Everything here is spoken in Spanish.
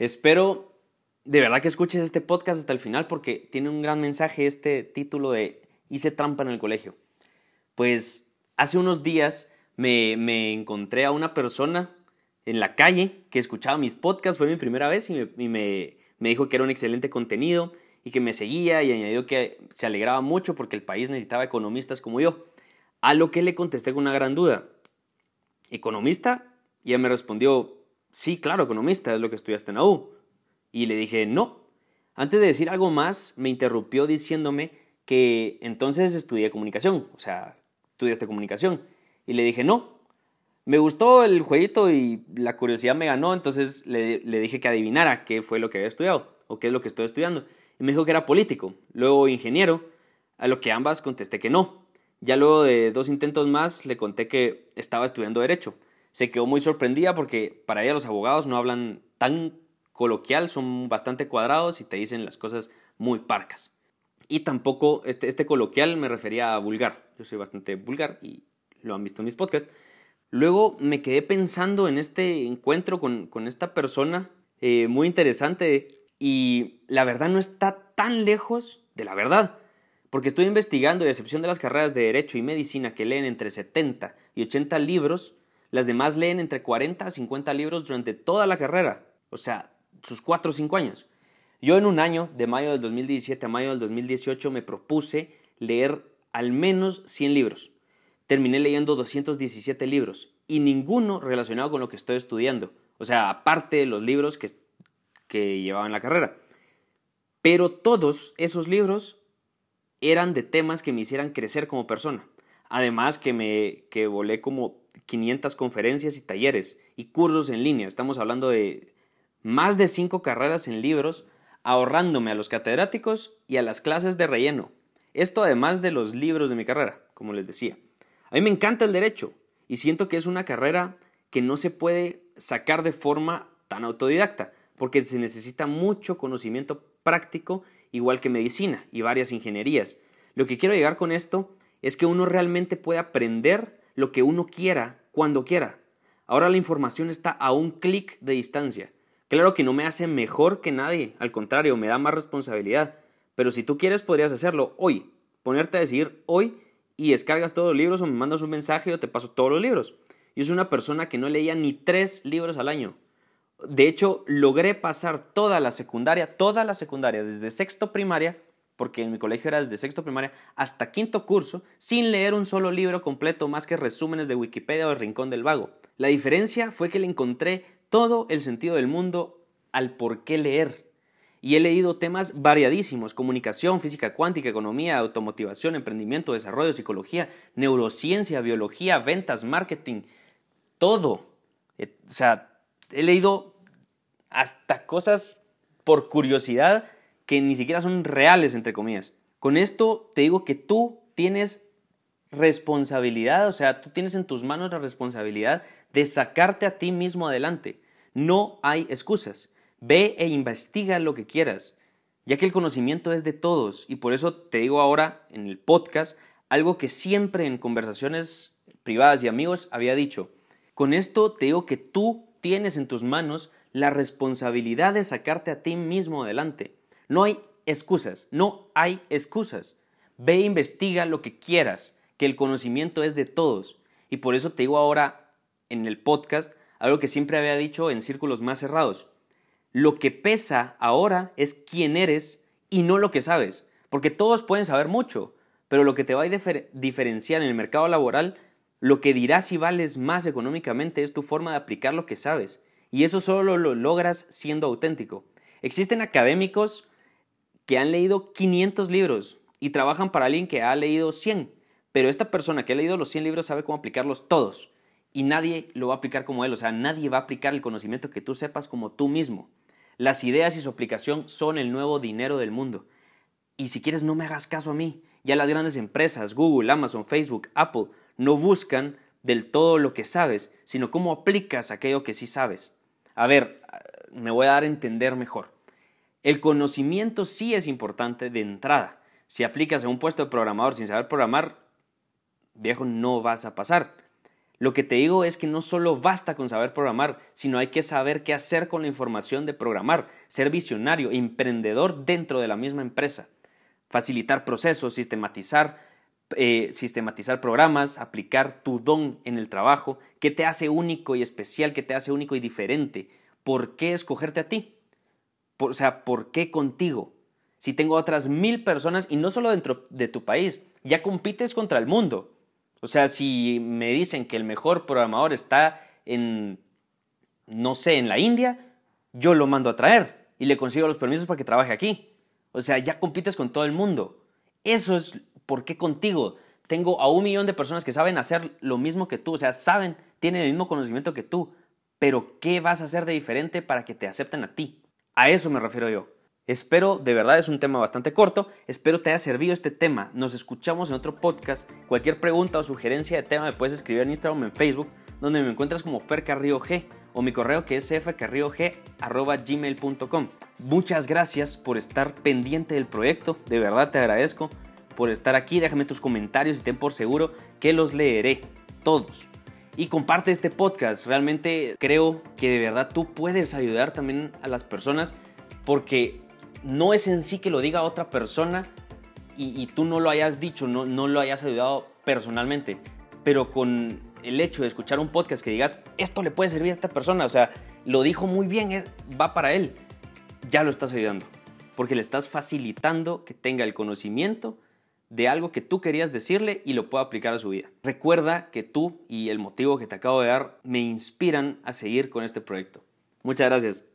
Espero de verdad que escuches este podcast hasta el final porque tiene un gran mensaje este título de Hice trampa en el colegio. Pues hace unos días me encontré a una persona en la calle que escuchaba mis podcasts, fue mi primera vez y me dijo que era un excelente contenido y que me seguía y añadió que se alegraba mucho porque el país necesitaba economistas como yo. A lo que le contesté con una gran duda. ¿Economista? Y ella me respondió, sí, claro, economista, es lo que estudiaste en la U. Y le dije, no. Antes de decir algo más, me interrumpió diciéndome que entonces estudié comunicación, o sea, estudiaste comunicación. Y le dije, no. Me gustó el jueguito y la curiosidad me ganó, entonces le dije que adivinara qué fue lo que había estudiado o qué es lo que estoy estudiando. Y me dijo que era político, luego ingeniero, a lo que ambas contesté que no. Ya luego de 2 intentos más le conté que estaba estudiando Derecho. Se quedó muy sorprendida porque para ella los abogados no hablan tan coloquial, son bastante cuadrados y te dicen las cosas muy parcas. Y tampoco este coloquial me refería a vulgar. Yo soy bastante vulgar y lo han visto en mis podcasts. Luego me quedé pensando en este encuentro con esta persona muy interesante y la verdad no está tan lejos de la verdad. Porque estoy investigando y a excepción de las carreras de Derecho y Medicina que leen entre 70 y 80 libros, las demás leen entre 40 a 50 libros durante toda la carrera. O sea, sus 4 o 5 años. Yo en un año, de mayo del 2017 a mayo del 2018, me propuse leer al menos 100 libros. Terminé leyendo 217 libros y ninguno relacionado con lo que estoy estudiando. O sea, aparte de los libros que llevaba en la carrera. Pero todos esos libros eran de temas que me hicieran crecer como persona. Además que volé como 500 conferencias y talleres y cursos en línea. Estamos hablando de más de 5 carreras en libros, ahorrándome a los catedráticos y a las clases de relleno. Esto además de los libros de mi carrera, como les decía. A mí me encanta el derecho y siento que es una carrera que no se puede sacar de forma tan autodidacta, porque se necesita mucho conocimiento práctico, igual que medicina y varias ingenierías. Lo que quiero llegar con esto es que uno realmente puede aprender lo que uno quiera, cuando quiera. Ahora la información está a un clic de distancia. Claro que no me hace mejor que nadie, al contrario, me da más responsabilidad. Pero si tú quieres, podrías hacerlo hoy. Ponerte a decidir hoy y descargas todos los libros o me mandas un mensaje o te paso todos los libros. Yo soy una persona que no leía ni 3 libros al año. De hecho, logré pasar toda la secundaria, desde sexto primaria, porque en mi colegio era desde sexto primaria, hasta quinto curso, sin leer un solo libro completo más que resúmenes de Wikipedia o El Rincón del Vago. La diferencia fue que le encontré todo el sentido del mundo al por qué leer. Y he leído temas variadísimos: comunicación, física cuántica, economía, automotivación, emprendimiento, desarrollo, psicología, neurociencia, biología, ventas, marketing, todo. O sea, he leído hasta cosas por curiosidad que ni siquiera son reales, entre comillas. Con esto te digo que tú tienes responsabilidad, o sea, tú tienes en tus manos la responsabilidad de sacarte a ti mismo adelante. No hay excusas. Ve e investiga lo que quieras, ya que el conocimiento es de todos y por eso te digo ahora en el podcast algo que siempre en conversaciones privadas y amigos había dicho. Con esto te digo que tú tienes en tus manos la responsabilidad de sacarte a ti mismo adelante. No hay excusas, no hay excusas. Ve e investiga lo que quieras, que el conocimiento es de todos. Y por eso te digo ahora en el podcast algo que siempre había dicho en círculos más cerrados. Lo que pesa ahora es quién eres y no lo que sabes, porque todos pueden saber mucho, pero lo que te va a diferenciar en el mercado laboral, lo que dirá si vales más económicamente es tu forma de aplicar lo que sabes, y eso solo lo logras siendo auténtico. Existen académicos que han leído 500 libros y trabajan para alguien que ha leído 100, pero esta persona que ha leído los 100 libros sabe cómo aplicarlos todos, y nadie lo va a aplicar como él, o sea, nadie va a aplicar el conocimiento que tú sepas como tú mismo. Las ideas y su aplicación son el nuevo dinero del mundo. Y si quieres, no me hagas caso a mí. Ya las grandes empresas, Google, Amazon, Facebook, Apple, no buscan del todo lo que sabes, sino cómo aplicas aquello que sí sabes. A ver, me voy a dar a entender mejor. El conocimiento sí es importante de entrada. Si aplicas a un puesto de programador sin saber programar, viejo, no vas a pasar. Lo que te digo es que no solo basta con saber programar, sino hay que saber qué hacer con la información de programar, ser visionario, emprendedor dentro de la misma empresa, facilitar procesos, sistematizar programas, aplicar tu don en el trabajo. ¿Qué te hace único y especial? ¿Qué te hace único y diferente? ¿Por qué escogerte a ti? ¿Por qué contigo? Si tengo otras 1000 personas, y no solo dentro de tu país, ya compites contra el mundo. O sea, si me dicen que el mejor programador está en, no sé, en la India, yo lo mando a traer y le consigo los permisos para que trabaje aquí. O sea, ya compites con todo el mundo. Eso es por qué contigo. Tengo a 1.000.000 de personas que saben hacer lo mismo que tú. O sea, tienen el mismo conocimiento que tú. Pero, ¿qué vas a hacer de diferente para que te acepten a ti? A eso me refiero yo. Espero, de verdad es un tema bastante corto, espero te haya servido este tema. Nos escuchamos en otro podcast. Cualquier pregunta o sugerencia de tema me puedes escribir en Instagram o en Facebook, donde me encuentras como Fer Carrillo G, o mi correo que es fcarrillog@gmail.com. Muchas gracias por estar pendiente del proyecto, de verdad te agradezco por estar aquí. Déjame tus comentarios y ten por seguro que los leeré todos. Y comparte este podcast, realmente creo que de verdad tú puedes ayudar también a las personas, porque no es en sí que lo diga otra persona y tú no lo hayas dicho, no lo hayas ayudado personalmente, pero con el hecho de escuchar un podcast que digas, esto le puede servir a esta persona, o sea, lo dijo muy bien, va para él, ya lo estás ayudando, porque le estás facilitando que tenga el conocimiento de algo que tú querías decirle y lo pueda aplicar a su vida. Recuerda que tú y el motivo que te acabo de dar me inspiran a seguir con este proyecto. Muchas gracias.